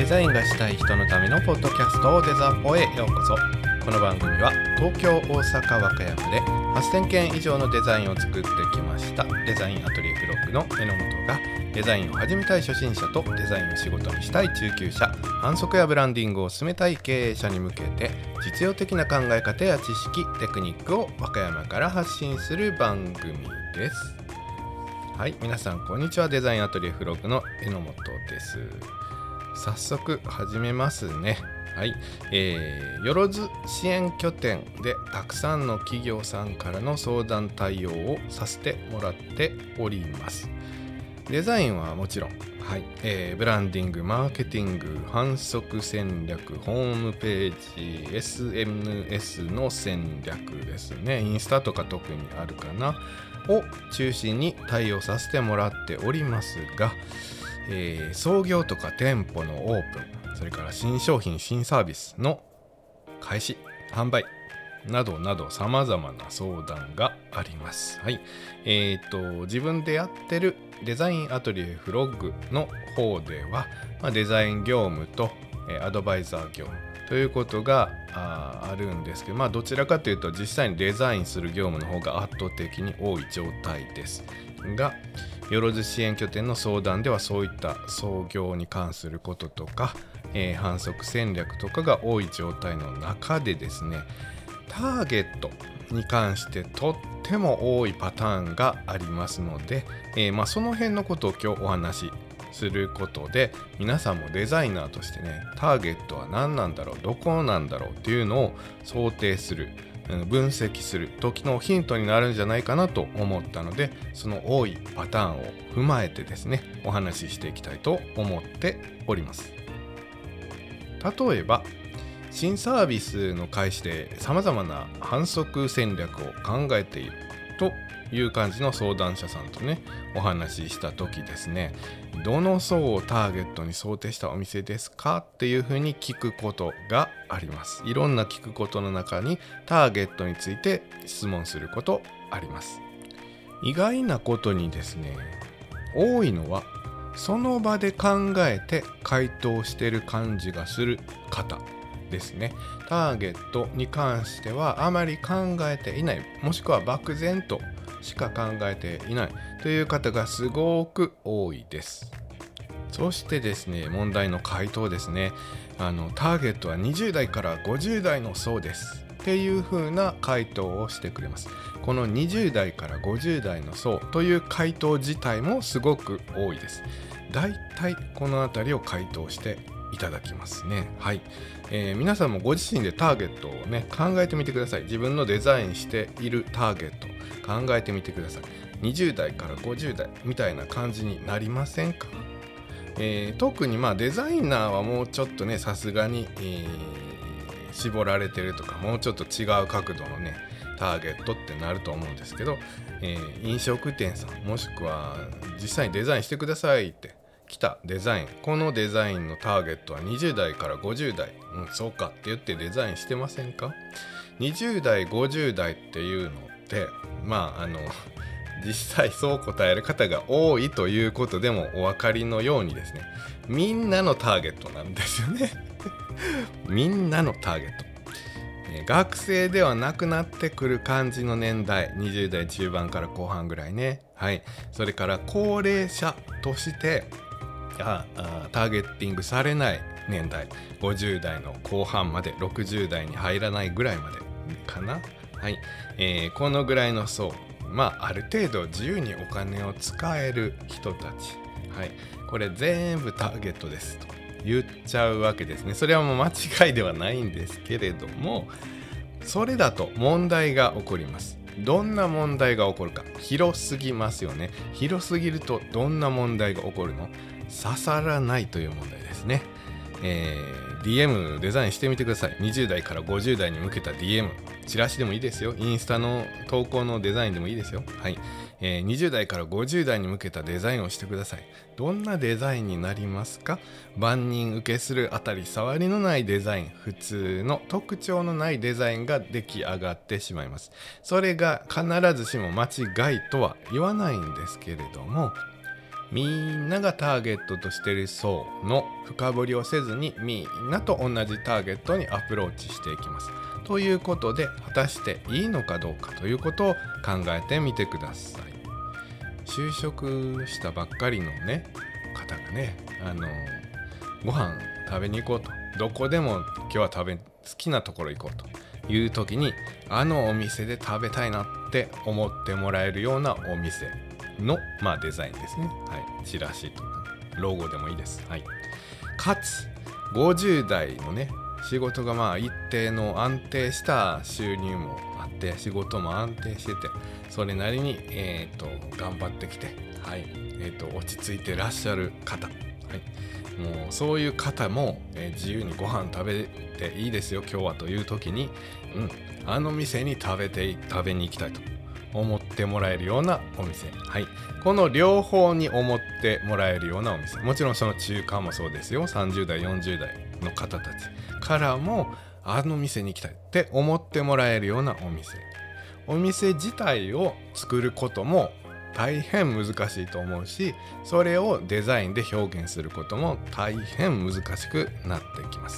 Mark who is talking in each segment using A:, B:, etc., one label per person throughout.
A: ザインがしたい人のためのポッドキャストデザポへようこそ。この番組は東京、大阪、和歌山で8000件以上のデザインを作ってきましたデザインアトリエフロッグの榎本がデザインを始めたい初心者とデザインを仕事にしたい中級者、販促やブランディングを進めたい経営者に向けて実用的な考え方や知識、テクニックを和歌山から発信する番組です。はい、皆さんこんにちは。デザインアトリエフロッグの榎本です。早速始めますね。はい、よろず支援拠点でたくさんの企業さんからの相談対応をさせてもらっております。デザインはもちろん、はい、ブランディング、マーケティング、販促戦略、ホームページ、SNS の戦略ですね。インスタとか特にあるかなを中心に対応させてもらっておりますが、創業とか店舗のオープン、それから新商品、新サービスの開始、販売などなど様々な相談があります。はい、自分でやってるデザインアトリエフロッグの方では、デザイン業務と、アドバイザー業務ということがあるんですけど、どちらかというと実際にデザインする業務の方が圧倒的に多い状態ですが、よろず支援拠点の相談ではそういった創業に関することとか、販促戦略とかが多い状態の中でですね、ターゲットに関してとっても多いパターンがありますので、その辺のことを今日お話しすることで、皆さんもデザイナーとしてね、ターゲットは何なんだろう、どこなんだろうっていうのを想定する、分析する時のヒントになるんじゃないかなと思ったので、その多いパターンを踏まえてですね、お話ししていきたいと思っております。例えば新サービスの開始で様々な販促戦略を考えているという感じの相談者さんとね、お話しした時ですね、どの層をターゲットに想定したお店ですかっていうふうに聞くことがあります。いろんな聞くことの中にターゲットについて質問することあります。意外なことにですね、多いのはその場で考えて回答している感じがする方ですね。ターゲットに関してはあまり考えていない、もしくは漠然としか考えていないという方がすごく多いです。そしてですね、問題の回答ですね。ターゲットは20代から50代の層ですっていう風な回答をしてくれます。この20代から50代の層という回答自体もすごく多いです。だいたいこのあたりを回答していただきますね。はい、皆さんもご自身でターゲットをね、考えてみてください。自分のデザインしているターゲット考えてみてください。20代から50代みたいな感じになりませんか？特にデザイナーはもうちょっとね、さすがに、絞られてるとか、もうちょっと違う角度のねターゲットってなると思うんですけど、飲食店さんもしくは実際にデザインしてくださいって来たデザイン、このデザインのターゲットは20代から50代、そうかって言ってデザインしてませんか？20代50代っていうのって実際そう答える方が多いということでもお分かりのようにですね、みんなのターゲットなんですよねみんなのターゲット、学生ではなくなってくる感じの年代、20代中盤から後半ぐらいね。はい、それから高齢者としてターゲッティングされない年代、50代の後半まで60代に入らないぐらいまでかな。はい、このぐらいの層、ある程度自由にお金を使える人たち、はい、これ全部ターゲットですと言っちゃうわけですね。それはもう間違いではないんですけれども、それだと問題が起こります。どんな問題が起こるか、広すぎますよね。広すぎるとどんな問題が起こるの？刺さらないという問題ですね。DM デザインしてみてください。20代から50代に向けた DM、 チラシでもいいですよ。インスタの投稿のデザインでもいいですよ。はい、20代から50代に向けたデザインをしてください。どんなデザインになりますか？万人受けする当たり障りのないデザイン、普通の特徴のないデザインが出来上がってしまいます。それが必ずしも間違いとは言わないんですけれども、 みんながターゲットとしている層の深掘りをせずに、みんなと同じターゲットにアプローチしていきます。ということで、果たしていいのかどうかということを考えてみてください。就職したばっかりのね方がね、ご飯食べに行こうと、どこでも今日は好きなところ行こうという時に、あのお店で食べたいなって思ってもらえるようなお店の、デザインですね。はい、チラシとかロゴでもいいです。はい、かつ50代のね仕事が一定の安定した収入もあって、仕事も安定してて、それなりに、頑張ってきて、はい、落ち着いてらっしゃる方、はい、もうそういう方も、自由にご飯食べていいですよ今日はという時に、あの店に食べに行きたいと思ってもらえるようなお店、はい、この両方に思ってもらえるようなお店、もちろんその中間もそうですよ。30代40代の方たちからもあの店に行きたいって思ってもらえるようなお店自体を作ることも大変難しいと思うし、それをデザインで表現することも大変難しくなってきます。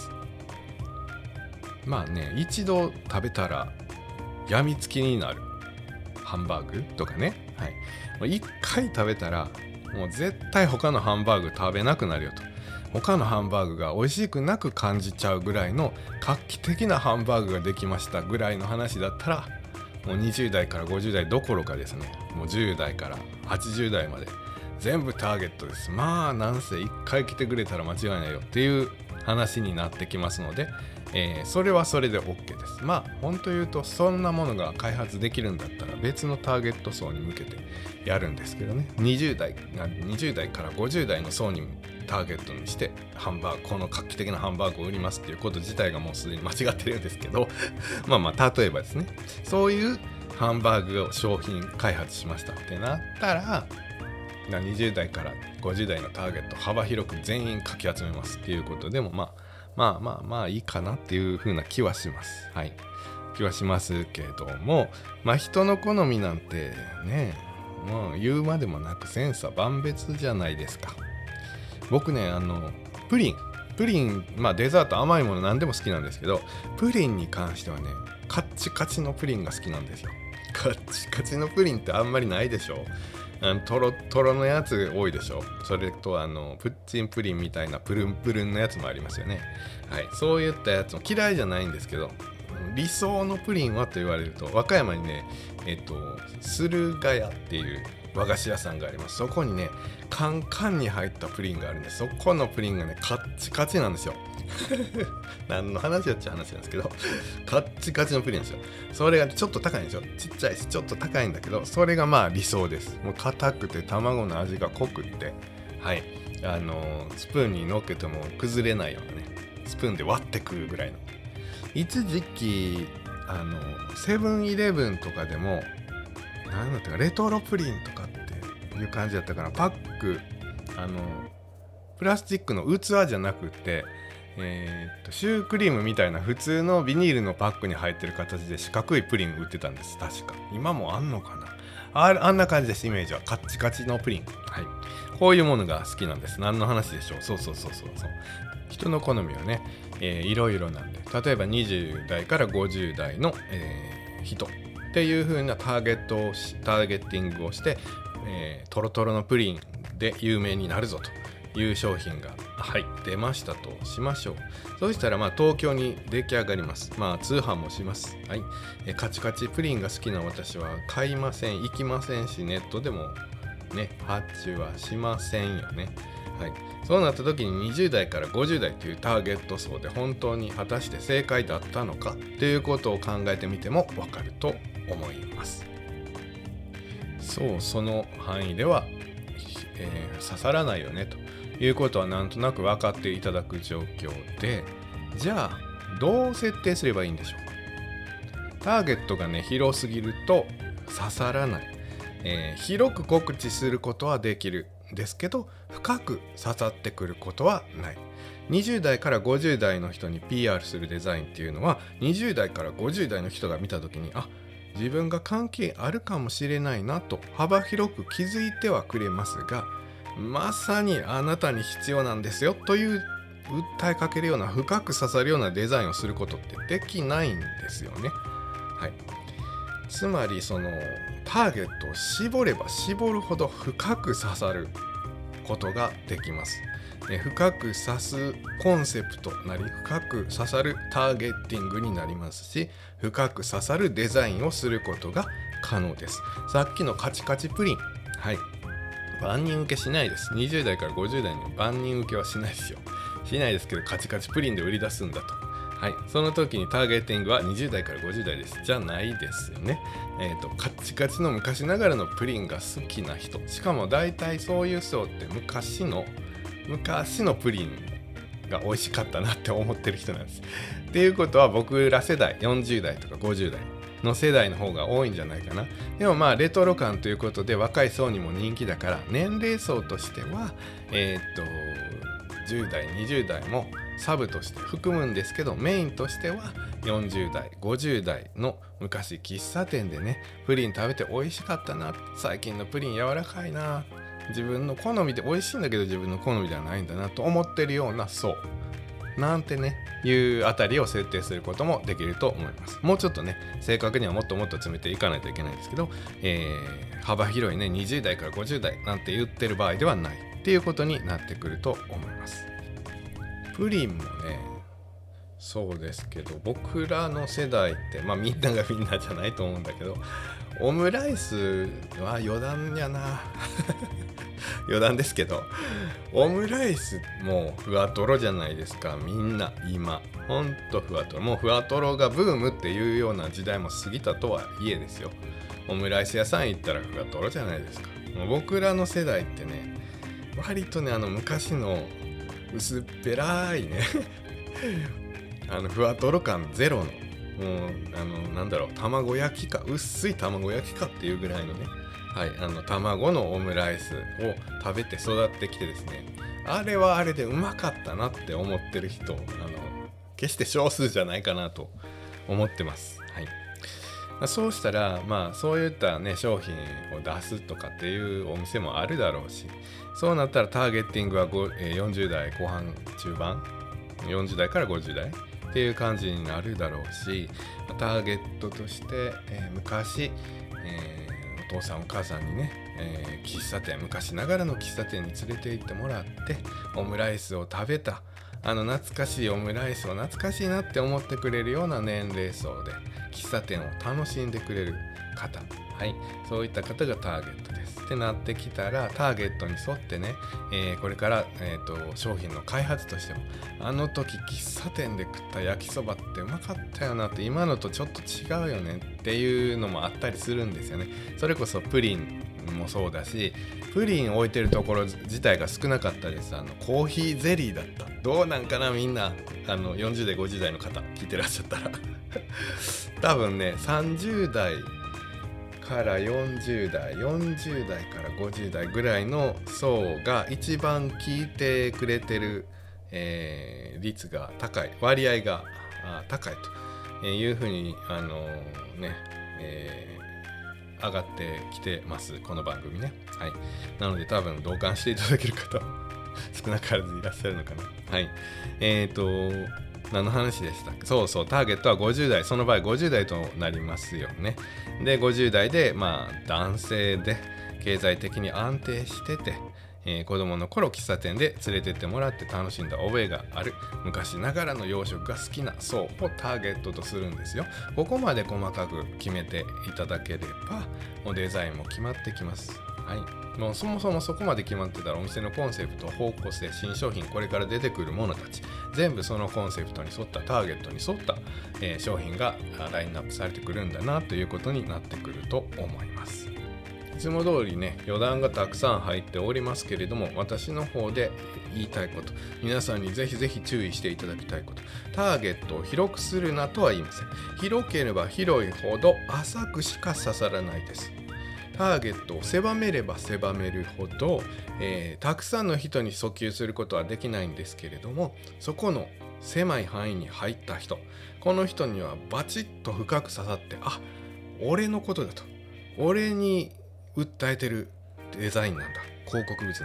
A: 一度食べたらやみつきになるハンバーグとかね、はい、一回食べたらもう絶対他のハンバーグ食べなくなるよと、他のハンバーグが美味しくなく感じちゃうぐらいの画期的なハンバーグができましたぐらいの話だったら、もう20代から50代どころかですね、もう10代から80代まで全部ターゲットです。なんせ1回来てくれたら間違いないよっていう話になってきますので、それはそれで OK です。本当言うと、そんなものが開発できるんだったら別のターゲット層に向けてやるんですけどね、20代から50代の層にターゲットにしてこの画期的なハンバーグを売りますっていうこと自体がもうすでに間違ってるんですけど例えばですね、そういうハンバーグを商品開発しましたってなったら、20代から50代のターゲット幅広く全員かき集めますっていうことでもいいかなっていう風な気はします。はい、気はしますけども、人の好みなんてね、もう言うまでもなく千差万別じゃないですか。僕ね、プリン、デザート甘いもの何でも好きなんですけど、プリンに関してはね、カッチカチのプリンが好きなんですよ。カッチカチのプリンってあんまりないでしょ。トロトロのやつ多いでしょ。それとプッチンプリンみたいなプルンプルンのやつもありますよね。はい、そういったやつも嫌いじゃないんですけど、理想のプリンはと言われると、和歌山にね、駿河屋っていう和菓子屋さんがあります。そこにね、カンカンに入ったプリンがあるんです。そこのプリンがね、カッチカチなんですよ。何の話やっちゃう話なんですけど、カッチカチのプリンですよ。それがちょっと高いんですよ。ちっちゃいしちょっと高いんだけど、それが理想です。もう硬くて卵の味が濃くって、はい、スプーンに乗っけても崩れないようなね、スプーンで割ってくるぐらいの。一時期セブンイレブンとかでも何だったかレトロプリンとかっていう感じだったかな。パックプラスチックの器じゃなくて、シュークリームみたいな普通のビニールのパックに入ってる形で四角いプリン売ってたんです。確か今もあんのかな。あんな感じです。イメージはカッチカチのプリン。はい、こういうものが好きなんです。何の話でしょう。そう人の好みはね、いろいろなんで、例えば20代から50代の、人っていう風なターゲッティングをして、トロトロのプリンで有名になるぞという商品が出ましたとしましょう。そうしたら東京に出来上がります。通販もします。はい、カチカチプリンが好きな私は買いません、行きませんし、ネットでもね発注はしませんよね。はい、そうなった時に20代から50代というターゲット層で本当に果たして正解だったのかということを考えてみても分かると思います。その範囲では、刺さらないよねということはなんとなく分かっていただく状況で、じゃあどう設定すればいいんでしょうか。ターゲットがね広すぎると刺さらない、広く告知することはできるんですけど深く刺さってくることはない。20代から50代の人に PR するデザインっていうのは20代から50代の人が見た時に自分が関係あるかもしれないなと幅広く気づいてはくれますが、 まさにあなたに必要なんですよという訴えかけるような、深く刺さるようなデザインをすることってできないんですよね。はい、つまりそのターゲットを絞れば絞るほど深く刺さることができます。深く刺すコンセプトなり、深く刺さるターゲッティングになりますし、深く刺さるデザインをすることが可能です。さっきのカチカチプリン、はい、万人受けしないです。20代から50代に万人受けはしないですよ。しないですけど、カチカチプリンで売り出すんだと。はい、その時にターゲティングは20代から50代ですじゃないですよね。カチカチの昔ながらのプリンが好きな人、しかも大体そういう人って昔のプリンが美味しかったなって思ってる人なんです。っていうことは、僕ら世代40代とか50代の世代の方が多いんじゃないかな。でもまあレトロ感ということで若い層にも人気だから、年齢層としては10代20代もサブとして含むんですけど、メインとしては40代50代の昔喫茶店でねプリン食べて美味しかったな、最近のプリン柔らかいな、自分の好みで美味しいんだけど自分の好みではないんだなと思ってるような層なんてねいうあたりを設定することもできると思います。もうちょっとね正確にはもっともっと詰めていかないといけないんですけど、幅広いね20代から50代なんて言ってる場合ではないっていうことになってくると思います。プリンもねそうですけど、僕らの世代ってまあみんながみんなじゃないと思うんだけど、オムライスは余談やな余談ですけど、オムライスもふわとろじゃないですか。みんな今ほんとふわとろ、もうふわとろがブームっていうような時代も過ぎたとはいえですよ、オムライス屋さん行ったらふわとろじゃないですか。もう僕らの世代ってね割とね昔の薄っぺらいねふわとろ感ゼロの、もうなんだろう、卵焼きか薄い卵焼きかっていうぐらいのね、はい、卵のオムライスを食べて育ってきてですね、あれはあれでうまかったなって思ってる人決して少数じゃないかなと思ってます。はい、そうしたらまあそういったね商品を出すとかっていうお店もあるだろうし、そうなったらターゲッティングは40代後半中盤、40代から50代っていう感じになるだろうし、ターゲットとして、昔、お父さんお母さんにね、喫茶店、昔ながらの喫茶店に連れて行ってもらってオムライスを食べた、懐かしいオムライスを懐かしいなって思ってくれるような年齢層で喫茶店を楽しんでくれる方、はい、そういった方がターゲットですってなってきたら、ターゲットに沿ってね、これから、商品の開発としても、あの時喫茶店で食った焼きそばってうまかったよなって、今のとちょっと違うよねっていうのもあったりするんですよね。それこそプリンもそうだし、プリン置いてるところ自体が少なかったです。コーヒーゼリーだった。どうなんかな、みんな40代50代の方聞いてらっしゃったら多分ね30代から40代40代から50代ぐらいの層が一番聞いてくれてる、率が高い、割合が高いというふうに上がってきてます、この番組ね。はい、なので多分同感していただける方少なからずいらっしゃるのかな。はい、何の話でしたっけ。そうそう、ターゲットは50代、その場合50代となりますよね。で50代でまあ男性で経済的に安定してて、子供の頃喫茶店で連れてってもらって楽しんだ覚えがある昔ながらの洋食が好きな層をターゲットとするんですよ。ここまで細かく決めていただければもうデザインも決まってきます。はい、もうそもそもそこまで決まってたら、お店のコンセプト、方向性、新商品、これから出てくるものたち全部そのコンセプトに沿った、ターゲットに沿った、商品がラインナップされてくるんだなということになってくると思います。いつも通りね余談がたくさん入っておりますけれども、私の方で言いたいこと、皆さんにぜひぜひ注意していただきたいこと、ターゲットを広くするなとは言いません。広ければ広いほど浅くしか刺さらないです。ターゲットを狭めれば狭めるほど、たくさんの人に訴求することはできないんですけれども、そこの狭い範囲に入った人、この人にはバチッと深く刺さって、あ、俺のことだと、俺に訴えてるデザインなんだ、広告物なんだ、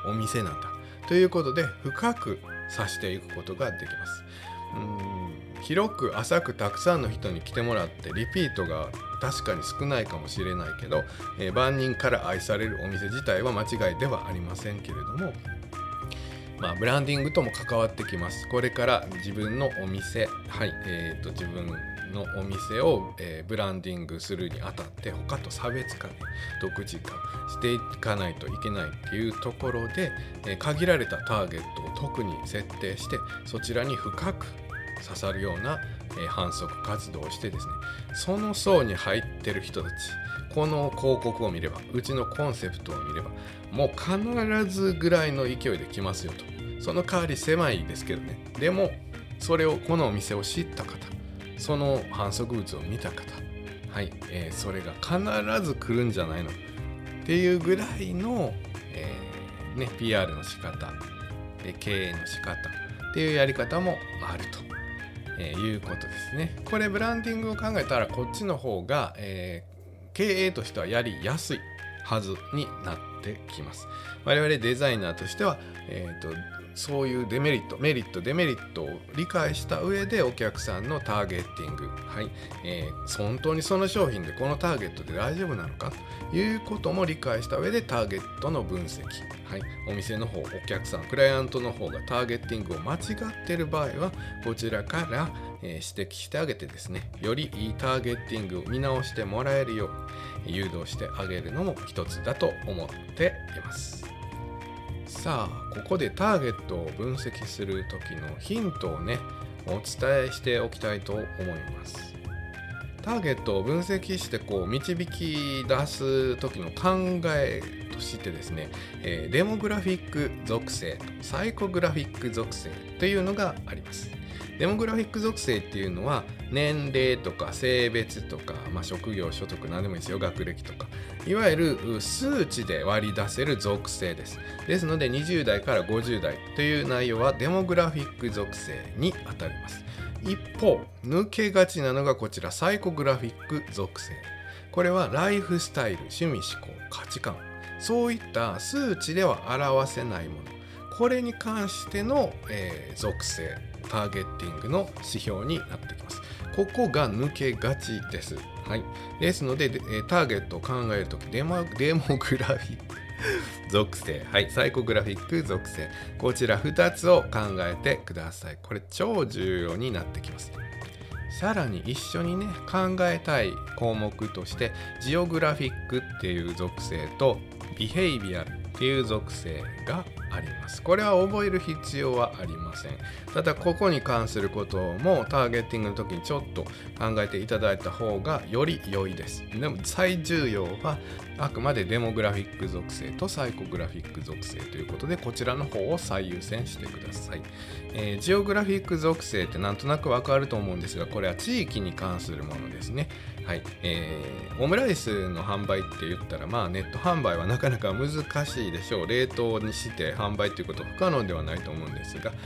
A: お店なんだということで深く指していくことができます。広く浅くたくさんの人に来てもらってリピートが確かに少ないかもしれないけど、万人から愛されるお店自体は間違いではありませんけれども、ブランディングとも関わってきます。これから自分のお店、自分のお店を、ブランディングするにあたって他と差別化、独自化していかないといけないっていうところで、限られたターゲットを特に設定してそちらに深く刺さるような、販促活動をしてですね、その層に入ってる人たち、この広告を見れば、うちのコンセプトを見ればもう必ずぐらいの勢いで来ますよと。その代わり狭いですけどね、でもそれをこのお店を知った方、その販促物を見た方、それが必ず来るんじゃないのっていうぐらいの、PR の仕方、経営の仕方っていうやり方もあると、いうことですね。これブランディングを考えたらこっちの方が、経営としてはやりやすいはずになってきます。我々デザイナーとしては、そういうデメリット、メリット、デメリットを理解した上でお客さんのターゲッティング、本当にその商品でこのターゲットで大丈夫なのかということも理解した上でターゲットの分析、お店の方、お客さん、クライアントの方がターゲッティングを間違っている場合はこちらから、指摘してあげてですね、よりいいターゲッティングを見直してもらえるように誘導してあげるのも一つだと思っています。さあ、ここでターゲットを分析する時のヒントをね、お伝えしておきたいと思います。ターゲットを分析して導き出す時の考えとしてですね、デモグラフィック属性とサイコグラフィック属性というのがあります。デモグラフィック属性っていうのは年齢とか性別とか、職業、所得、何でもいいですよ、学歴とか、いわゆる数値で割り出せる属性です。ですので20代から50代という内容はデモグラフィック属性にあたります。一方、抜けがちなのがこちらサイコグラフィック属性。これはライフスタイル、趣味、思考、価値観、そういった数値では表せないもの、これに関しての、属性、ターゲッティングの指標になってきます。ここが抜けがちです。ですので、ターゲットを考えるとき、デモグラフィック属性、サイコグラフィック属性、こちら2つを考えてください。これ超重要になってきます。さらに一緒にね、考えたい項目としてジオグラフィックっていう属性とビヘイビアルっていう属性があります。これは覚える必要はありません。ただここに関することもターゲッティングの時にちょっと考えていただいた方がより良いです。でも最重要はあくまでデモグラフィック属性とサイコグラフィック属性ということで、こちらの方を最優先してください。ジオグラフィック属性ってなんとなくわかると思うんですが、これは地域に関するものですね。オムライスの販売って言ったら、ネット販売はなかなか難しいでしょう。冷凍にして販売ということは不可能ではないと思うんですが、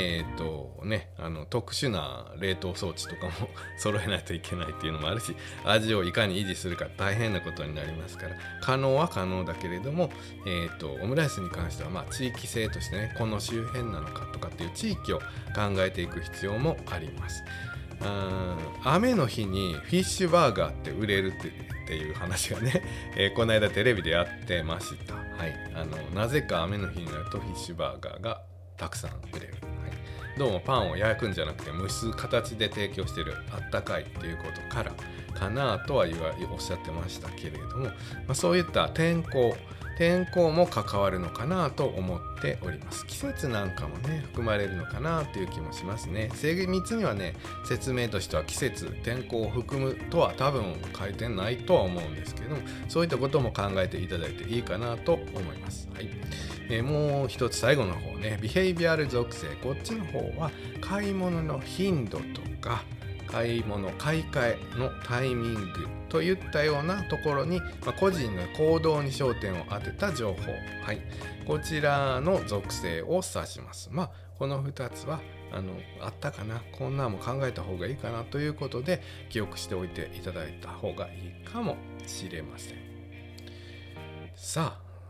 A: 特殊な冷凍装置とかも揃えないといけないっていうのもあるし、味をいかに維持するか大変なことになりますから、可能は可能だけれども、オムライスに関しては地域性としてね、この周辺なのかとかっていう地域を考えていく必要もあります。雨の日にフィッシュバーガーって売れるっていう話がね、この間テレビでやってました。なぜか雨の日になるとフィッシュバーガーがたくさん売れる。どうもパンを焼くんじゃなくて蒸す形で提供している、あったかいっていうことからかなとはおっしゃってましたけれども、そういった天候も関わるのかなと思っております。季節なんかもね含まれるのかなという気もしますね。精密にはね、説明としては季節、天候を含むとは多分書いてないとは思うんですけども、そういったことも考えていただいていいかなと思います。もう一つ最後の方ね、ビヘイビアル属性、こっちの方は買い物の頻度とか買い替えのタイミングといったようなところに、個人の行動に焦点を当てた情報、こちらの属性を指します。この2つはあったかな、こんなんも考えた方がいいかなということで記憶しておいていただいた方がいいかもしれません。さあ、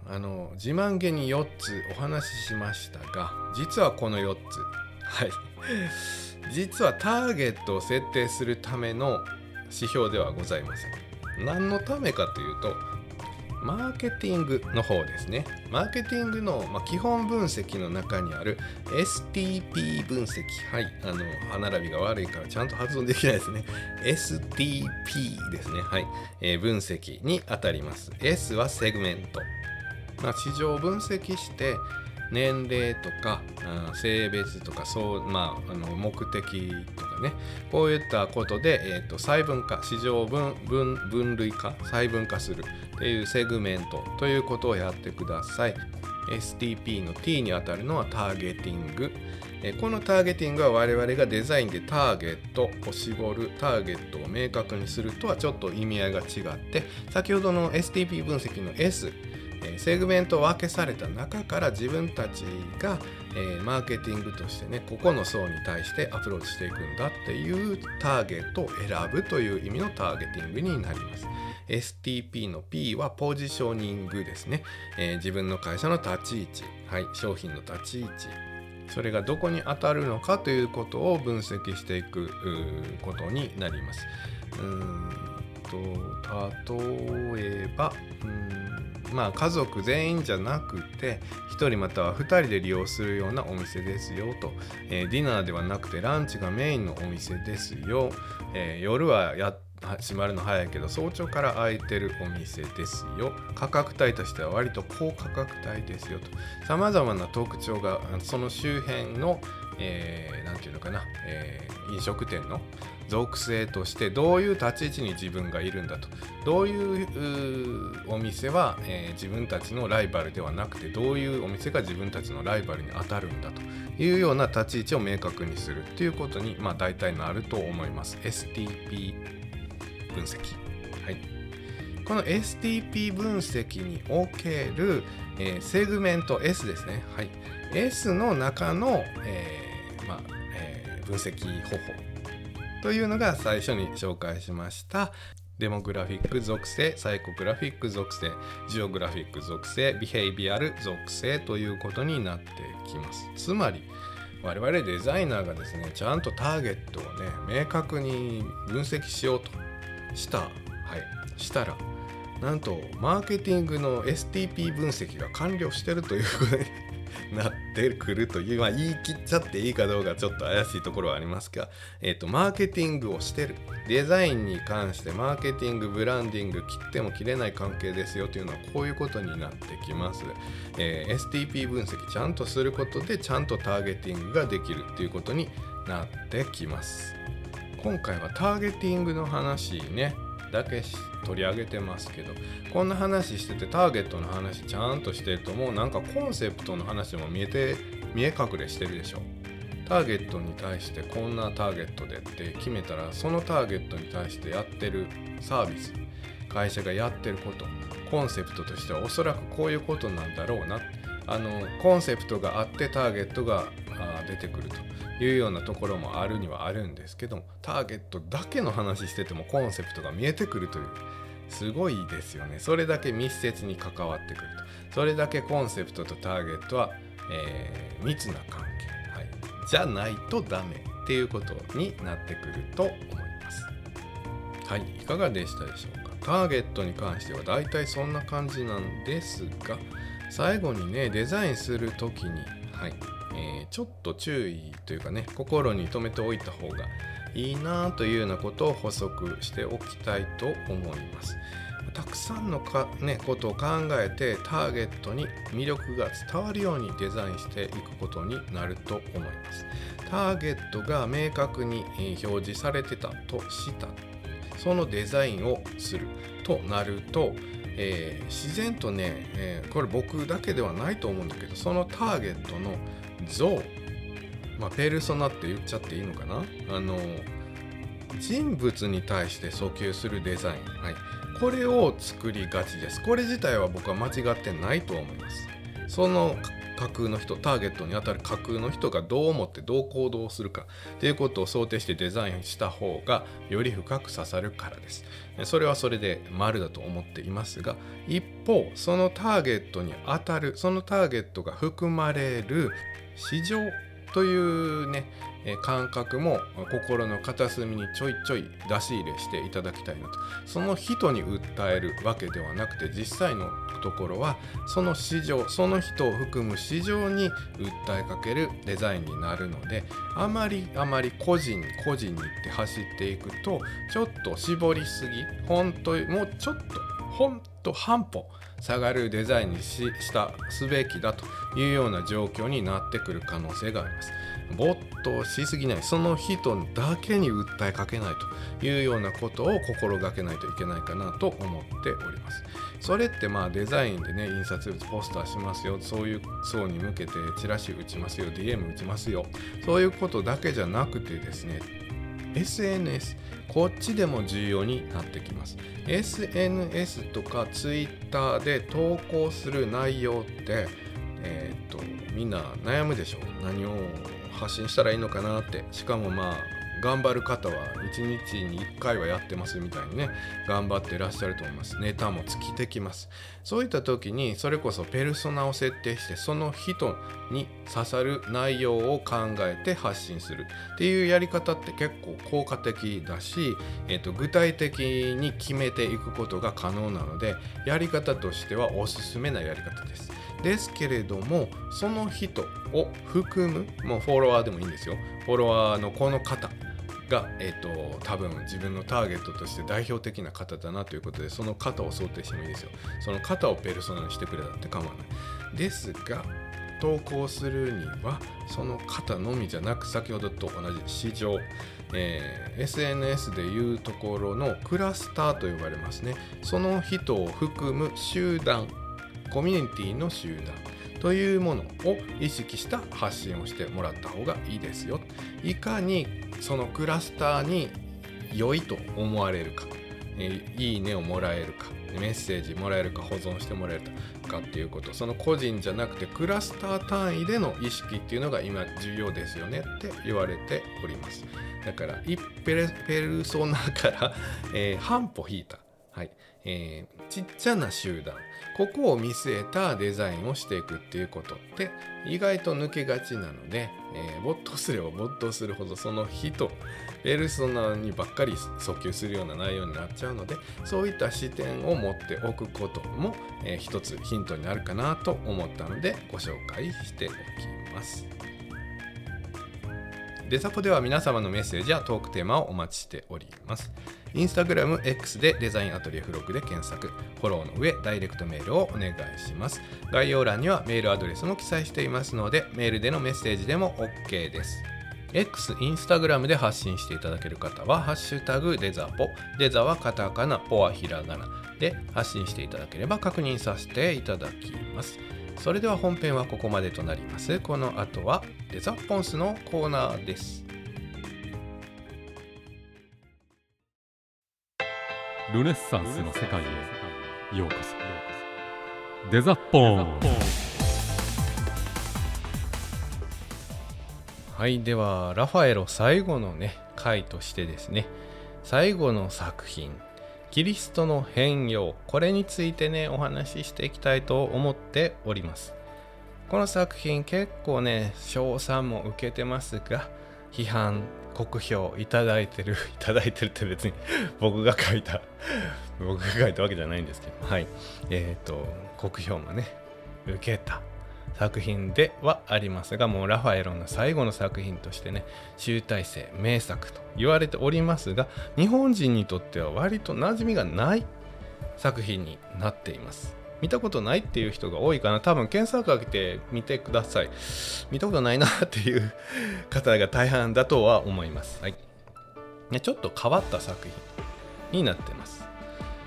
A: 自慢げに4つお話ししましたが、実はこの4つ、はい、実はターゲットを設定するための指標ではございません。何のためかというと、マーケティングの方ですね。マーケティングの、基本分析の中にある STP 分析、はい、歯並びが悪いからちゃんと発音できないですね。STP ですね、はい、分析にあたります。S はセグメント、市場を分析して年齢とか性別とか目的とかね、こういったことで、細分化、市場を分類化、細分化するっていうセグメントということをやってください。STP の T にあたるのはターゲティング。このターゲティングは我々がデザインでターゲットを絞る、ターゲットを明確にするとはちょっと意味合いが違って、先ほどの STP 分析の S、セグメントを分けされた中から自分たちが、マーケティングとしてね、ここの層に対してアプローチしていくんだっていうターゲットを選ぶという意味のターゲティングになります。STP の P はポジショニングですね。自分の会社の立ち位置、はい、商品の立ち位置、それがどこに当たるのかということを分析していくことになります。例えば家族全員じゃなくて1人または2人で利用するようなお店ですよと、ディナーではなくてランチがメインのお店ですよ、夜は閉まるの早いけど早朝から開いてるお店ですよ、価格帯としては割と高価格帯ですよと、さまざまな特徴がその周辺の、なんていうのかな、飲食店の属性としてどういう立ち位置に自分がいるんだと、どういうお店は、自分たちのライバルではなくてどういうお店が自分たちのライバルに当たるんだというような立ち位置を明確にするということに、大体なると思います。 STP 分析、はい、この STP 分析における、セグメント S ですね、はい、S の中の、分析方法というのが最初に紹介しましたデモグラフィック属性、サイコグラフィック属性、ジオグラフィック属性、ビヘイビアル属性ということになってきます。つまり我々デザイナーがですね、ちゃんとターゲットをね明確に分析しようとしたら、なんとマーケティングの STP 分析が完了してるということになってくるという、言い切っちゃっていいかどうかちょっと怪しいところはありますが、マーケティングをしてる、デザインに関してマーケティング、ブランディング、切っても切れない関係ですよというのはこういうことになってきます。STP 分析ちゃんとすることでちゃんとターゲティングができるということになってきます。今回はターゲティングの話ねだけ取り上げてますけど、こんな話しててターゲットの話ちゃんとしてると、もうなんかコンセプトの話も見え隠れしてるでしょ。ターゲットに対してこんなターゲットでって決めたら、そのターゲットに対してやってるサービス、会社がやってること、コンセプトとしてはおそらくこういうことなんだろうな、コンセプトがあってターゲットが出てくるというようなところもあるにはあるんですけども、ターゲットだけの話しててもコンセプトが見えてくるという、すごいですよね。それだけ密接に関わってくると、それだけコンセプトとターゲットは、密な関係、はい、じゃないとダメっていうことになってくると思います。はい、いかがでしたでしょうか。ターゲットに関してはだいたいそんな感じなんですが、最後にねデザインするときに、はい、ちょっと注意というかね、心に留めておいた方がいいなというようなことを補足しておきたいと思います。たくさんのことを考えてターゲットに魅力が伝わるようにデザインしていくことになると思います。ターゲットが明確に表示されてたとしたそのデザインをするとなると、自然とね、これ僕だけではないと思うんだけど、そのターゲットの像、ペルソナって言っちゃっていいのかな、人物に対して訴求するデザイン、はい、これを作りがちです。これ自体は僕は間違ってないと思います。 その架空の人、ターゲットに当たる架空の人がどう思ってどう行動するかということを想定してデザインした方がより深く刺さるからです。それはそれで丸だと思っていますが、一方そのターゲットに当たる、そのターゲットが含まれる市場というね感覚も心の片隅にちょいちょい出し入れしていただきたいなと。その人に訴えるわけではなくて、実際のところはその市場、その人を含む市場に訴えかけるデザインになるので、あまり個人にって走っていくとちょっと絞りすぎ、もうちょっと半歩下がるデザインにすべきだというような状況になってくる可能性があります。没頭しすぎない、その人だけに訴えかけないというようなことを心がけないといけないかなと思っております。それってデザインでね、印刷物ポスターしますよ、そういう層に向けてチラシ打ちますよ、 DM 打ちますよ、そういうことだけじゃなくてですね、SNS こっちでも重要になってきます。 SNS とか Twitter で投稿する内容ってみんな悩むでしょう。何を発信したらいいのかなって。しかも頑張る方は1日に1回はやってますみたいにね、頑張ってらっしゃると思います。ネタも尽きてきます。そういった時にそれこそペルソナを設定して、その人に刺さる内容を考えて発信するっていうやり方って結構効果的だし、具体的に決めていくことが可能なので、やり方としてはおすすめなやり方です。ですけれども、その人を含む、もうフォロワーでもいいんですよ。フォロワーのこの方が、多分自分のターゲットとして代表的な方だなということで、その方を想定してもいいですよ。その方をペルソナにしてくれたって構わないですが、投稿するにはその方のみじゃなく、先ほどと同じ市場、SNS でいうところのクラスターと呼ばれますね。その人を含む集団、コミュニティの集団というものを意識した発信をしてもらった方がいいですよ。いかにそのクラスターに良いと思われるか、いいねをもらえるか、メッセージもらえるか、保存してもらえるかっていうこと、その個人じゃなくてクラスター単位での意識っていうのが今重要ですよねって言われております。だからペルソナから、半歩引いた、ちっちゃな集団、ここを見据えたデザインをしていくっていうことって意外と抜けがちなので、没頭すれば没頭するほどその人、ペルソナにばっかり訴求するような内容になっちゃうので、そういった視点を持っておくことも、一つヒントになるかなと思ったのでご紹介しておきます。デザポでは皆様のメッセージやトークテーマをお待ちしております。インスタグラム X でデザインアトリエ付録で検索、フォローの上ダイレクトメールをお願いします。概要欄にはメールアドレスも記載していますので、メールでのメッセージでも OK です。X、インスタグラムで発信していただける方はハッシュタグデザポ、デザはカタカナ、ポはひらがなで発信していただければ確認させていただきます。それでは本編はここまでとなります。この後はデザポンスのコーナーです。
B: ルネッサンスの世界へようこそ。デザポン。
A: はい、ではラファエロ最後の回としてですね、最後の作品、キリストの変容、これについてお話ししていきたいと思っております。この作品結構称賛も受けてますが、批判、酷評いただいてるって別に僕が書いたわけじゃないんですけど、酷評も受けた作品ではありますが、もうラファエロの最後の作品として集大成名作と言われておりますが、日本人にとっては割と馴染みがない作品になっています。見たことないっていう人が多いかな。多分検索かけてみてください。見たことないなっていう方が大半だとは思います。ちょっと変わった作品になってます。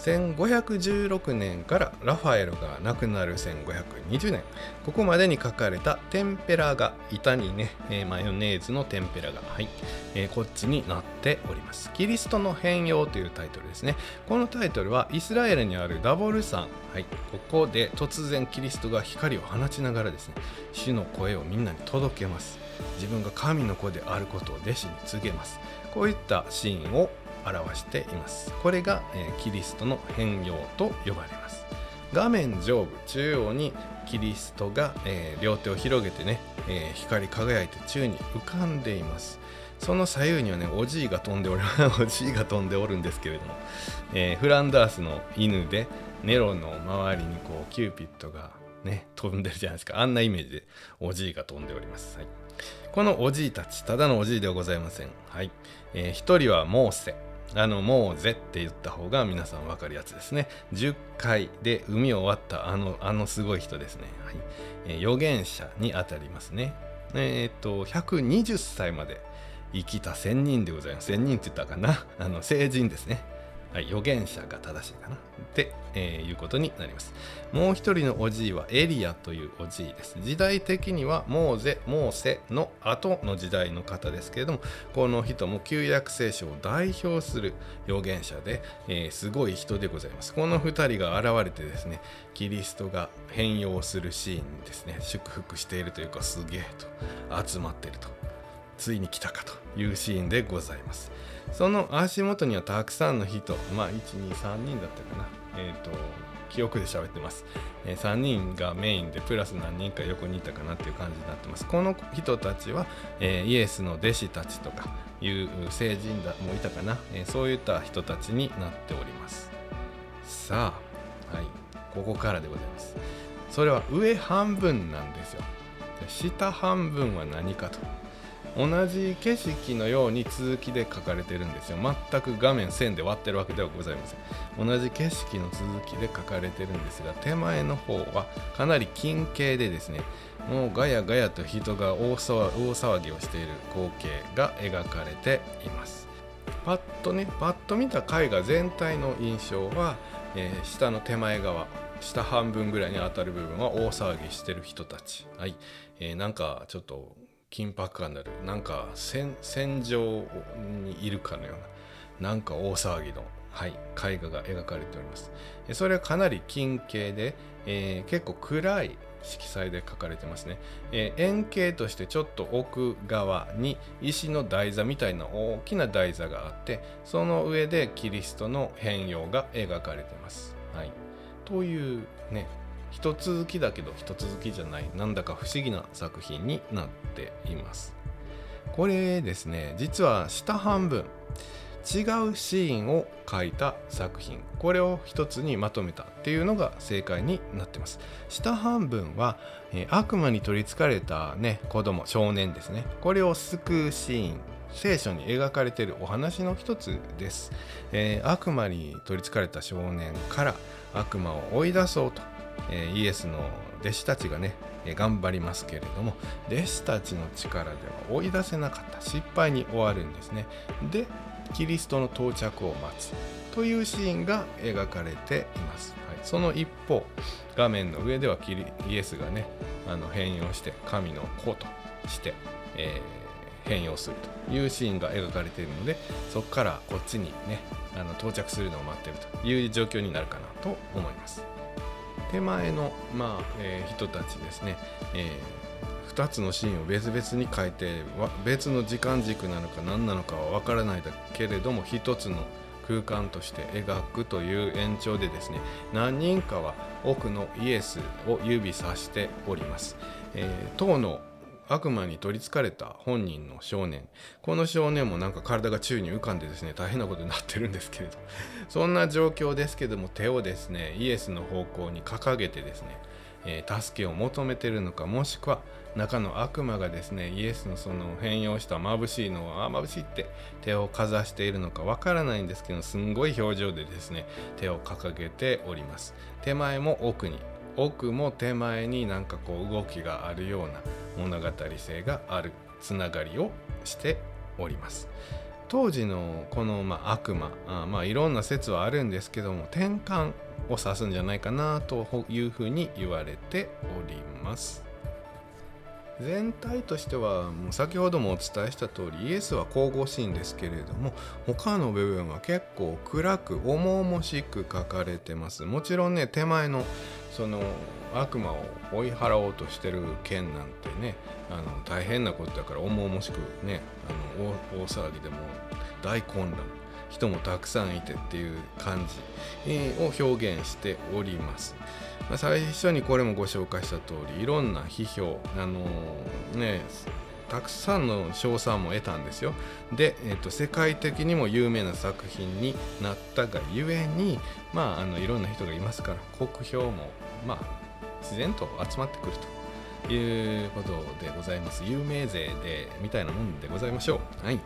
A: 1516年からラファエルが亡くなる1520年、ここまでに書かれたテンペラが板にね、マヨネーズのテンペラが、こっちになっております。キリストの変容というタイトルですね。このタイトルはイスラエルにあるダボル山、ここで突然キリストが光を放ちながらですね、主の声をみんなに届けます。自分が神の子であることを弟子に告げます。こういったシーンを表しています。これが、キリストの変容と呼ばれます。画面上部中央にキリストが、両手を広げてね、光り輝いて宙に浮かんでいます。その左右にはね、おじいが飛んでおるんですけれども、フランダースの犬でネロの周りにこうキューピッドがね飛んでるじゃないですか。あんなイメージでおじいが飛んでおります。このおじいたち、ただのおじいではございません。一人はモーセ、モーゼって言った方が皆さん分かるやつですね。10回で海を渡ったあのすごい人ですね。預言者にあたりますね。120歳まで生きた仙人でございます。仙人って言ったかな、聖人ですね。預言者が正しいかなっていうことになります。もう一人のおじいはエリアというおじいです。時代的にはモーセの後の時代の方ですけれども、この人も旧約聖書を代表する預言者で、すごい人でございます。この二人が現れてですね、キリストが変容するシーンにですね、祝福しているというか、すげえと集まっていると、ついに来たかというシーンでございます。その足元にはたくさんの人、1、2、3人だったかな、記憶で喋ってます。3人がメインでプラス何人か横にいたかなっていう感じになってます。この人たちは、イエスの弟子たちとかいう聖人もいたかな、そういった人たちになっております。さあ、ここからでございます。それは上半分なんですよ。下半分は何かと、同じ景色のように続きで書かれてるんですよ。全く画面線で割ってるわけではございません。同じ景色の続きで書かれてるんですが、手前の方はかなり近景でですね、もうガヤガヤと人が大騒ぎをしている光景が描かれています。パッと見た絵画全体の印象は、下の手前側、下半分ぐらいに当たる部分は大騒ぎしてる人たち、なんかちょっと緊迫感のある、なんか戦場にいるかのような、なんか大騒ぎの、絵画が描かれております。それはかなり近景で、結構暗い色彩で描かれてますね。円形としてちょっと奥側に石の台座みたいな大きな台座があって、その上でキリストの変容が描かれてます。というね、一続きだけど一続きじゃない、なんだか不思議な作品になっています。これですね、実は下半分違うシーンを描いた作品、これを一つにまとめたっていうのが正解になってます。下半分は、悪魔に取りつかれたね、少年ですね、これを救うシーン、聖書に描かれているお話の一つです。悪魔に取りつかれた少年から悪魔を追い出そうと、イエスの弟子たちがね、頑張りますけれども、弟子たちの力では追い出せなかった、失敗に終わるんですね。で、キリストの到着を待つというシーンが描かれています。その一方、画面の上ではイエスがね、変容して神の子として、変容するというシーンが描かれているので、そこからこっちにね、到着するのを待っているという状況になるかなと思います。手前の、人たちですね、2つのシーンを別々に書いて、別の時間軸なのか何なのかは分からないだけれども、一つの空間として描くという延長でですね、何人かは奥のイエスを指さしております。当の悪魔に取りつかれた本人の少年、この少年もなんか体が宙に浮かんでですね、大変なことになってるんですけれど、そんな状況ですけども、手をですねイエスの方向に掲げてですね、助けを求めているのか、もしくは中の悪魔がですね、イエスのその変容した眩しいのを眩しいって手をかざしているのかわからないんですけど、すんごい表情でですね手を掲げております。手前も奥も手前になんかこう動きがあるような物語性があるつながりをしております。 当時のこの、悪魔、いろんな説はあるんですけども、転換を指すんじゃないかなというふうに言われております。全体としてはもう先ほどもお伝えした通り、イエスは神々しいんですけれども、他の部分は結構暗く重々しく書かれてます。もちろんね、手前のその悪魔を追い払おうとしてる剣なんてね、大変なことだから重々しくね、大騒ぎでも大混乱、人もたくさんいてっていう感じを表現しております。最初にこれもご紹介した通り、いろんな批評、たくさんの称賛も得たんですよ。で、世界的にも有名な作品になったがゆえに、いろんな人がいますから、国評も自然と集まってくるということでございます。有名税でみたいなもんでございましょう。はい、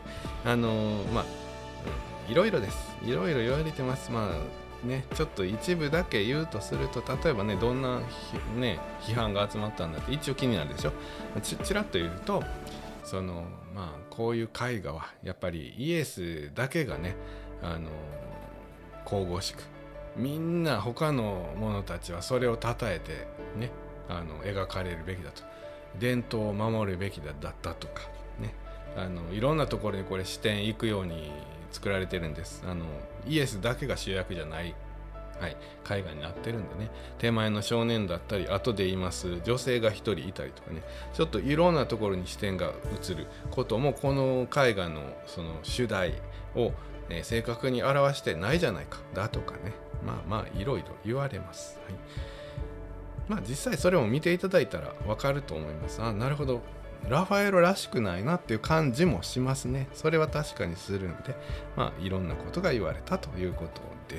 A: いろいろです。いろいろ言われてます。ちょっと一部だけ言うとすると、例えばね、どんな批判が集まったんだって一応気になるでしょ。ちらっと言うと、こういう絵画はやっぱりイエスだけがね、神々しく、みんな他の者たちはそれを称えてね、描かれるべきだと、伝統を守るべきだったとかね、いろんなところにこれ視点行くように作られてるんです。イエスだけが主役じゃない、絵画になってるんでね、手前の少年だったり、後で言います女性が一人いたりとかね、ちょっといろんなところに視点が移ることも、この絵画のその主題を、正確に表してないじゃないかだとかね、いろいろ言われます。実際それも見ていただいたらわかると思います。なるほど、ラファエロらしくないなっていう感じもしますね。それは確かにするんで、いろんなことが言われたということです。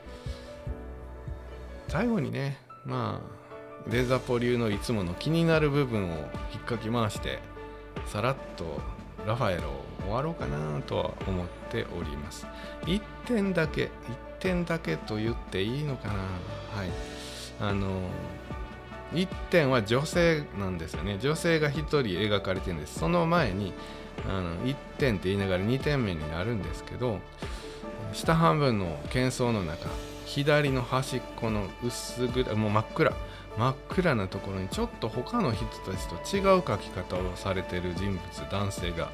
A: 最後にね、デザポ流のいつもの気になる部分を引っかき回して、さらっとラファエロを終わろうかなとは思っております。1点だけと言っていいのかな。1点は女性なんですよね。女性が1人描かれてるんです。その前に1点って言いながら2点目になるんですけど、下半分の喧騒の中、左の端っこの薄暗い、もう真っ暗なところに、ちょっと他の人たちと違う描き方をされている人物、男性が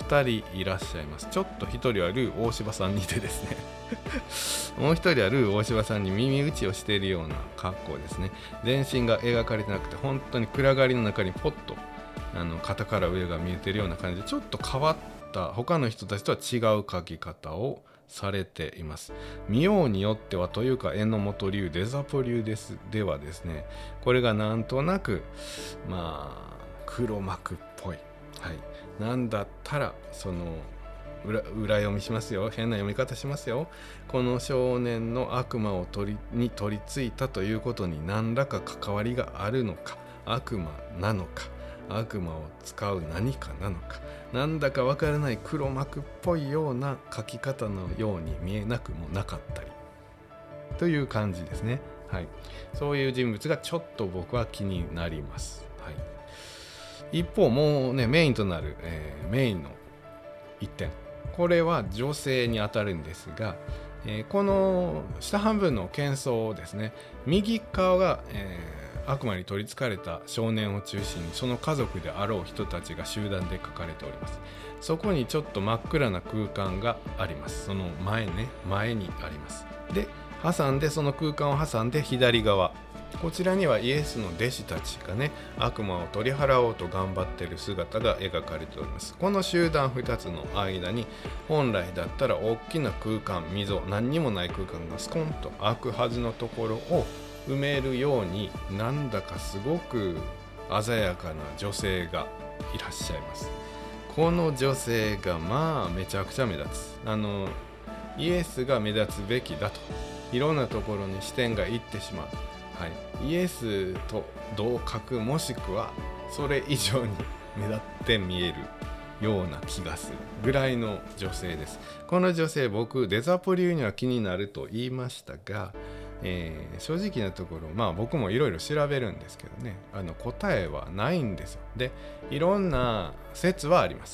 A: 2人いらっしゃいます。ちょっと1人はルー大柴さんにてですねもう1人はルー大柴さんに耳打ちをしているような格好ですね。全身が描かれてなくて、本当に暗がりの中にポッと肩から上が見えているような感じで、ちょっと変わった他の人たちとは違う描き方をされています。見ようによってはというか、榎本流、デザポ流ではですね、これがなんとなく黒幕っぽい、なんだったらその裏読みしますよ。変な読み方しますよ。この少年の悪魔を取り付いたということに何らか関わりがあるのか、悪魔なのか、悪魔を使う何かなのか、なんだかわからない黒幕っぽいような書き方のように見えなくもなかったりという感じですね。そういう人物がちょっと僕は気になります。一方、もうね、メインとなる、メインの一点、これは女性にあたるんですが、この下半分の喧騒ですね、右側が、悪魔に取りつかれた少年を中心に、その家族であろう人たちが集団で書かれております。そこにちょっと真っ暗な空間があります。その前にあります。で、その空間を挟んで左側、こちらにはイエスの弟子たちがね、悪魔を取り払おうと頑張っている姿が描かれております。この集団2つの間に、本来だったら大きな空間、溝、何にもない空間がスコンと開くはずのところを埋めるように、なんだかすごく鮮やかな女性がいらっしゃいます。この女性がめちゃくちゃ目立つ。イエスが目立つべきだと、いろんなところに視点がいってしまう。イエスと同格、もしくはそれ以上に目立って見えるような気がするぐらいの女性です。この女性、僕デザポ流には気になると言いましたが、正直なところ、僕もいろいろ調べるんですけどね、答えはないんですよ。で、いろんな説はあります。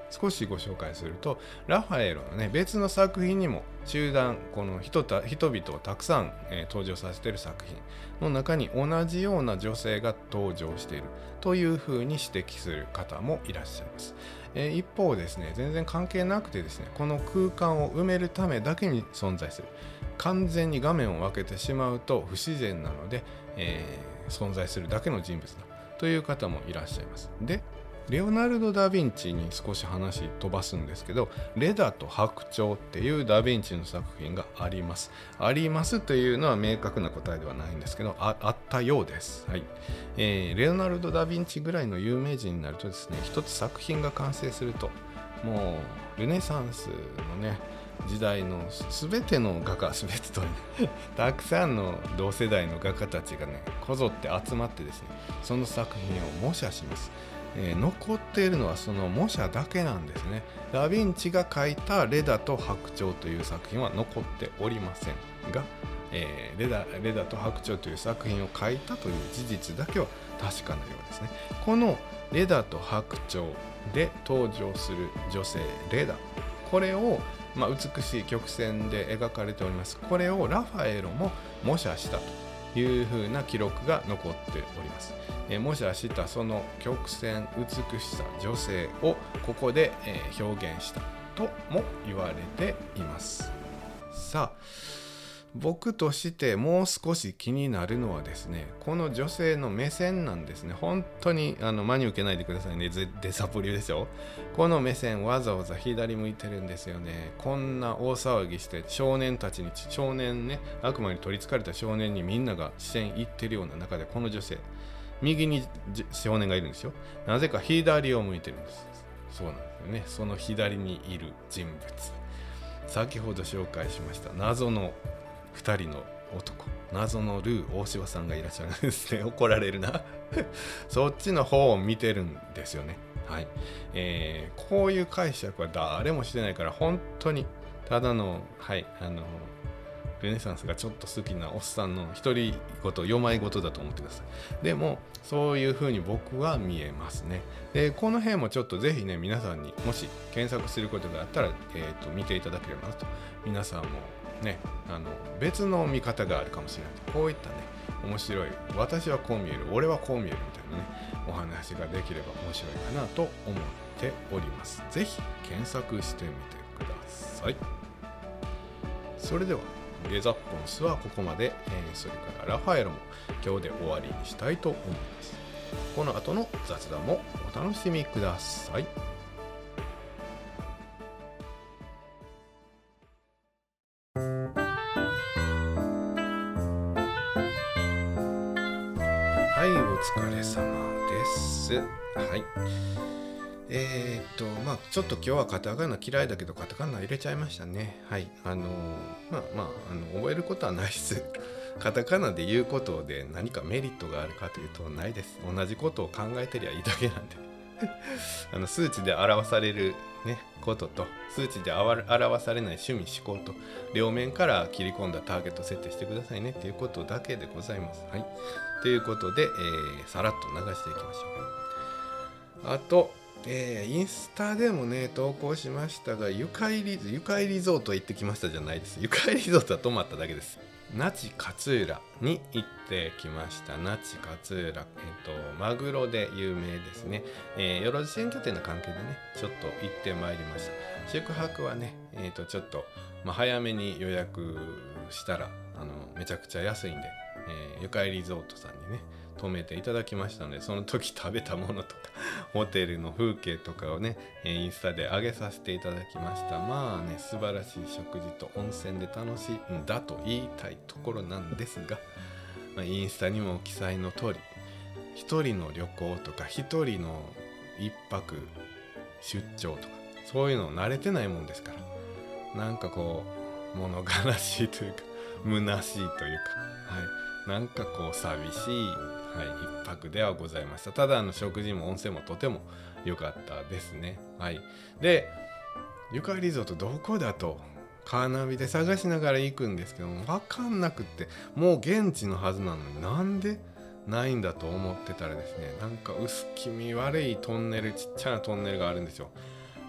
A: 少しご紹介すると、ラファエロのね別の作品にもこの人々をたくさん、登場させている作品の中に同じような女性が登場しているというふうに指摘する方もいらっしゃいます。一方ですね、全然関係なくてですね、この空間を埋めるためだけに存在する、完全に画面を分けてしまうと不自然なので、存在するだけの人物だという方もいらっしゃいます。で、レオナルド・ダ・ヴィンチに少し話飛ばすんですけど、レダと白鳥っていうダ・ヴィンチの作品があります。ありますというのは明確な答えではないんですけど、あったようです。はい。レオナルド・ダ・ヴィンチぐらいの有名人になるとですね、一つ作品が完成すると、もうルネサンスのね時代の全ての画家、全てとねたくさんの同世代の画家たちがねこぞって集まってですね、その作品を模写します。残っているのはその模写だけなんですね。ダ・ヴィンチが描いたレダと白鳥という作品は残っておりませんが、レダと白鳥という作品を描いたという事実だけは確かなようですね。このレダと白鳥で登場する女性レダ、これを、美しい曲線で描かれております。これをラファエロも模写したというふうな記録が残っております。模写したその曲線、美しさ、女性をここで、表現したとも言われています。さあ、僕としてもう少し気になるのはですね、この女性の目線なんですね。本当に真に受けないでくださいね。デサプリでしょ。この目線わざわざ左向いてるんですよね。こんな大騒ぎして少年ね、悪魔に取りつかれた少年にみんなが視線いってるような中で、この女性右に少年がいるんですよ。なぜか左を向いてるんです。そうなんですよね。その左にいる人物、先ほど紹介しました謎の2人の男、謎のルー大柴さんがいらっしゃるんですね。怒られるなそっちの方を見てるんですよね。はい。こういう解釈は誰もしてないから、本当にただのルネサンスがちょっと好きなおっさんの独り言、よまい事だと思ってください。でもそういう風に僕は見えますね。で、この辺もちょっとぜひね、皆さんにもし検索することがあったら、見ていただければなと。皆さんもね、別の見方があるかもしれない。こういったね、面白い、私はこう見える、俺はこう見えるみたいなね、お話ができれば面白いかなと思っております。ぜひ検索してみてください。それではレザポンスはここまで、それからラファエロも今日で終わりにしたいと思います。この後の雑談もお楽しみください。はい、お疲れ様です。はい。ちょっと今日はカタカナ嫌いだけどカタカナ入れちゃいましたね。はい。覚えることはないです。カタカナで言うことで何かメリットがあるかというとないです。同じことを考えてりゃいいだけなんで。数値で表されるね、ことと、数値で表されない趣味思考と、両面から切り込んだターゲット設定してくださいねっていうことだけでございます。はい。ということで、さらっと流していきましょう。あと、インスタでもね投稿しましたが、ゆかいリゾート行ってきましたじゃないです。ゆかいリゾートは泊まっただけです。那智勝浦に行ってきました。那智勝浦、マグロで有名ですね。よろず鮮魚店の関係でねちょっと行ってまいりました。宿泊はねちょっと、早めに予約したらめちゃくちゃ安いんで、ゆかいリゾートさんにね泊めていただきましたので、その時食べたものとかホテルの風景とかをねインスタで上げさせていただきました。素晴らしい食事と温泉で楽しいんだと言いたいところなんですが、インスタにも記載の通り、一人の旅行とか一人の一泊出張とかそういうの慣れてないもんですから、なんかこう物悲しいというか虚しいというか、なんかこう寂しい、一泊ではございました。ただ食事も温泉もとても良かったですね。で、ゆかいリゾートどこだとカーナビで探しながら行くんですけども、分かんなくって、もう現地のはずなのになんでないんだと思ってたらですね、なんか薄気味悪いトンネル、ちっちゃなトンネルがあるんですよ。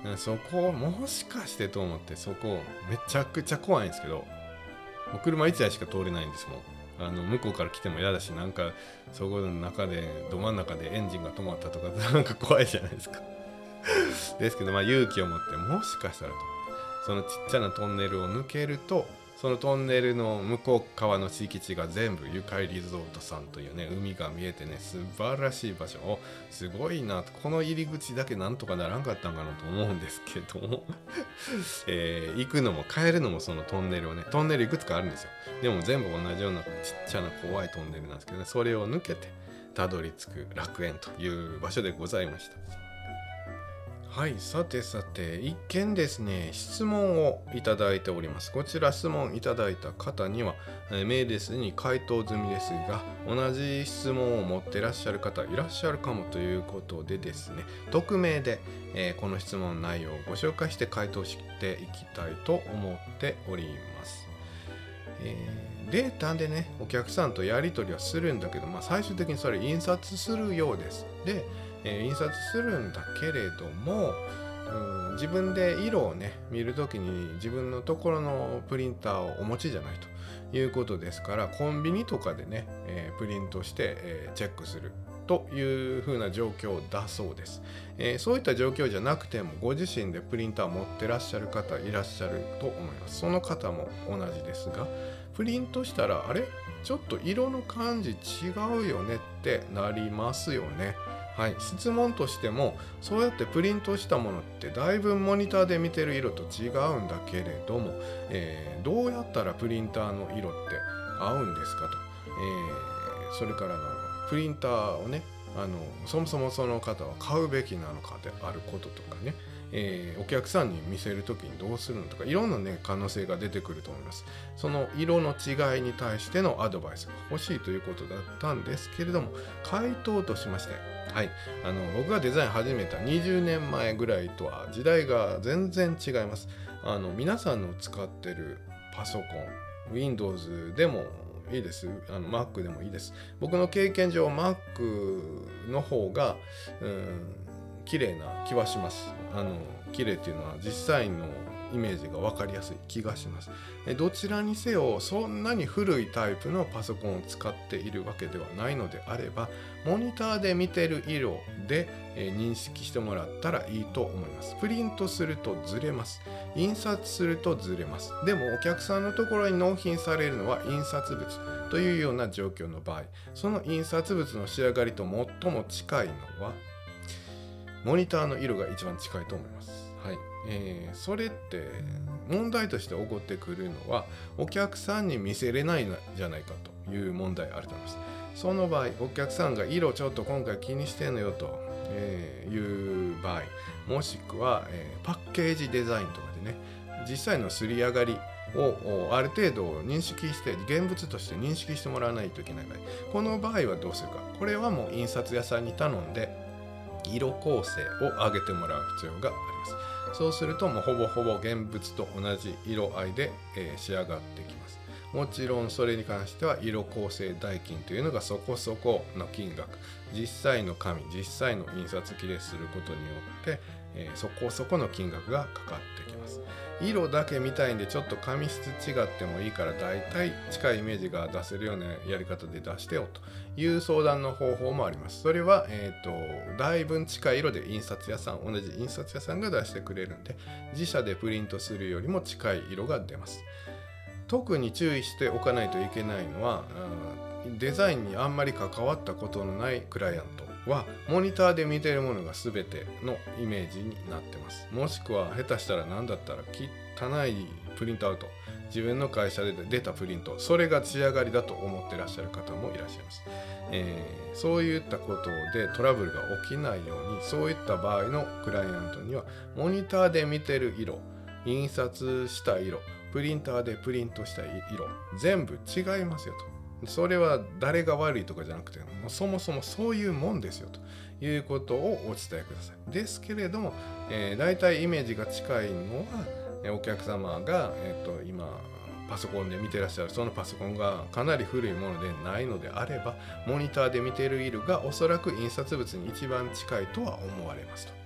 A: そこをもしかしてと思って、そこめちゃくちゃ怖いんですけど、もう車1台しか通れないんですもん。向こうから来ても嫌だし、なんかそこの中でど真ん中でエンジンが止まったとかなんか怖いじゃないですかですけど、勇気を持ってもしかしたらと、そのちっちゃなトンネルを抜けると、そのトンネルの向こう側の敷地が全部ゆかりリゾートさんというね、海が見えてね、素晴らしい場所を、すごいな、この入り口だけなんとかならんかったんかなと思うんですけども行くのも帰るのもそのトンネルをね、トンネルいくつかあるんですよ。でも全部同じようなちっちゃな怖いトンネルなんですけどね、それを抜けてたどり着く楽園という場所でございました。はい、さて一見ですね、質問をいただいております。こちら質問いただいた方には、メールすでに回答済みですが、同じ質問を持ってらっしゃる方いらっしゃるかもということでですね、匿名で、この質問内容をご紹介して回答していきたいと思っております。データでね、お客さんとやり取りはするんだけど、最終的にそれ印刷するようです。で印刷するんだけれども、自分で色をね見るときに自分のところのプリンターをお持ちじゃないということですから、コンビニとかでね、プリントして、チェックするというふうな状況だそうです。そういった状況じゃなくても、ご自身でプリンターを持ってらっしゃる方いらっしゃると思います。その方も同じですが、プリントしたらあれちょっと色の感じ違うよねってなりますよね。はい、質問としても、そうやってプリントしたものってだいぶモニターで見てる色と違うんだけれども、どうやったらプリンターの色って合うんですかと、それからプリンターをね、そもそもその方は買うべきなのかであることとかね、お客さんに見せるときにどうするのとか、いろんなね可能性が出てくると思います。その色の違いに対してのアドバイスが欲しいということだったんですけれども、回答としまして、はい、僕がデザイン始めた20年前ぐらいとは時代が全然違います。皆さんの使ってるパソコン、Windows でもいいです、Mac でもいいです。僕の経験上 Mac の方が綺麗な気はします。綺麗っていうのは実際のイメージが分かりやすい気がします。どちらにせよそんなに古いタイプのパソコンを使っているわけではないのであれば、モニターで見てる色で認識してもらったらいいと思います。プリントするとずれます。印刷するとずれます。でもお客さんのところに納品されるのは印刷物というような状況の場合、その印刷物の仕上がりと最も近いのはモニターの色が一番近いと思います。はい、それって問題として起こってくるのは、お客さんに見せれないんじゃないかという問題あると思います。その場合、お客さんが色ちょっと今回気にしてんのよという場合、もしくは、パッケージデザインとかでね、実際のすり上がりをある程度認識して、現物として認識してもらわないといけない場合、この場合はどうするか。これはもう印刷屋さんに頼んで色構成を上げてもらう必要があります。そうするともうほぼほぼ現物と同じ色合いで、仕上がってきます。もちろんそれに関しては色構成代金というのがそこそこの金額、実際の紙、実際の印刷機ですることによって、そこそこの金額がかかってきます。色だけ見たいんでちょっと紙質違ってもいいからだいたい近いイメージが出せるようなやり方で出してよという相談の方法もあります。それは、だいぶ近い色で印刷屋さん、同じ印刷屋さんが出してくれるんで、自社でプリントするよりも近い色が出ます。特に注意しておかないといけないのは、デザインにあんまり関わったことのないクライアントはモニターで見ているものが全てのイメージになってます。もしくは下手したら何だったら汚いプリントアウト、自分の会社で出たプリント、それが仕上がりだと思ってらっしゃる方もいらっしゃいます。そういったことでトラブルが起きないように、そういった場合のクライアントにはモニターで見てる色、印刷した色、プリンターでプリントした色、全部違いますよと。それは誰が悪いとかじゃなくて、そもそもそういうもんですよということをお伝えください。ですけれども、だいたいイメージが近いのは、お客様が、今パソコンで見てらっしゃるそのパソコンがかなり古いものでないのであれば、モニターで見ている色がおそらく印刷物に一番近いとは思われますと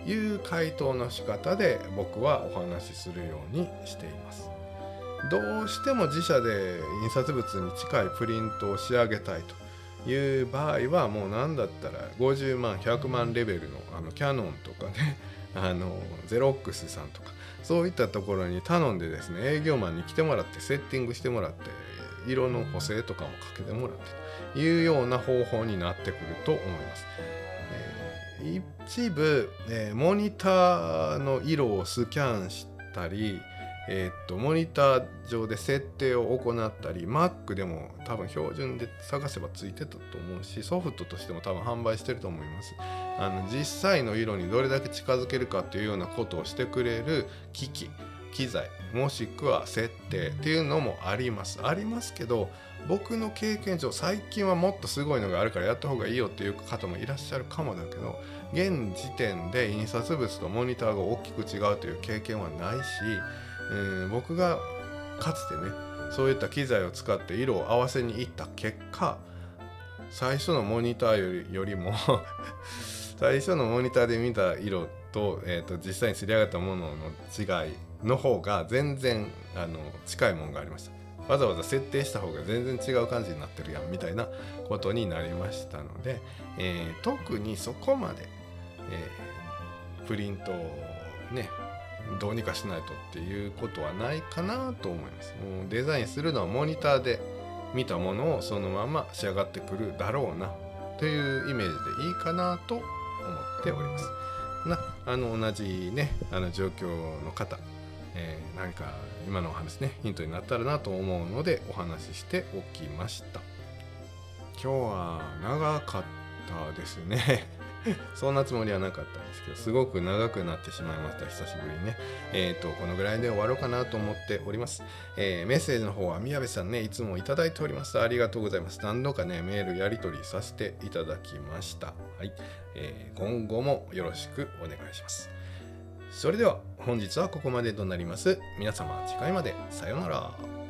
A: いう回答の仕方で僕はお話しするようにしています。どうしても自社で印刷物に近いプリントを仕上げたいという場合は、もう何だったら50万100万レベルのキヤノンとかねゼロックスさんとかそういったところに頼んでですね、営業マンに来てもらってセッティングしてもらって色の補正とかもかけてもらってというような方法になってくると思います。一部、モニターの色をスキャンしたり、モニター上で設定を行ったり、 Mac でも多分標準で探せばついてたと思うし、ソフトとしても多分販売してると思います。実際の色にどれだけ近づけるかというようなことをしてくれる機材もしくは設定っていうのもありますけど、僕の経験上最近はもっとすごいのがあるからやった方がいいよっていう方もいらっしゃるかもだけど、現時点で印刷物とモニターが大きく違うという経験はないし、僕がかつてねそういった機材を使って色を合わせに行った結果、最初のモニターよりも最初のモニターで見た色と、実際に刷り上がったものの違いの方が全然近いものがありました。わざわざ設定した方が全然違う感じになってるやんみたいなことになりましたので、特にそこまで、プリントをねどうにかしないとっていうことはないかなと思います。もうデザインするのはモニターで見たものをそのまま仕上がってくるだろうなというイメージでいいかなと思っております。同じね状況の方、何か今のお話ねヒントになったらなと思うのでお話ししておきました。今日は長かったですねそんなつもりはなかったんですけど、すごく長くなってしまいました。久しぶりにね。このぐらいで終わろうかなと思っております。メッセージの方は宮部さんね、いつもいただいております。ありがとうございます。何度かね、メールやり取りさせていただきました。はい。今後もよろしくお願いします。それでは本日はここまでとなります。皆様次回までさようなら。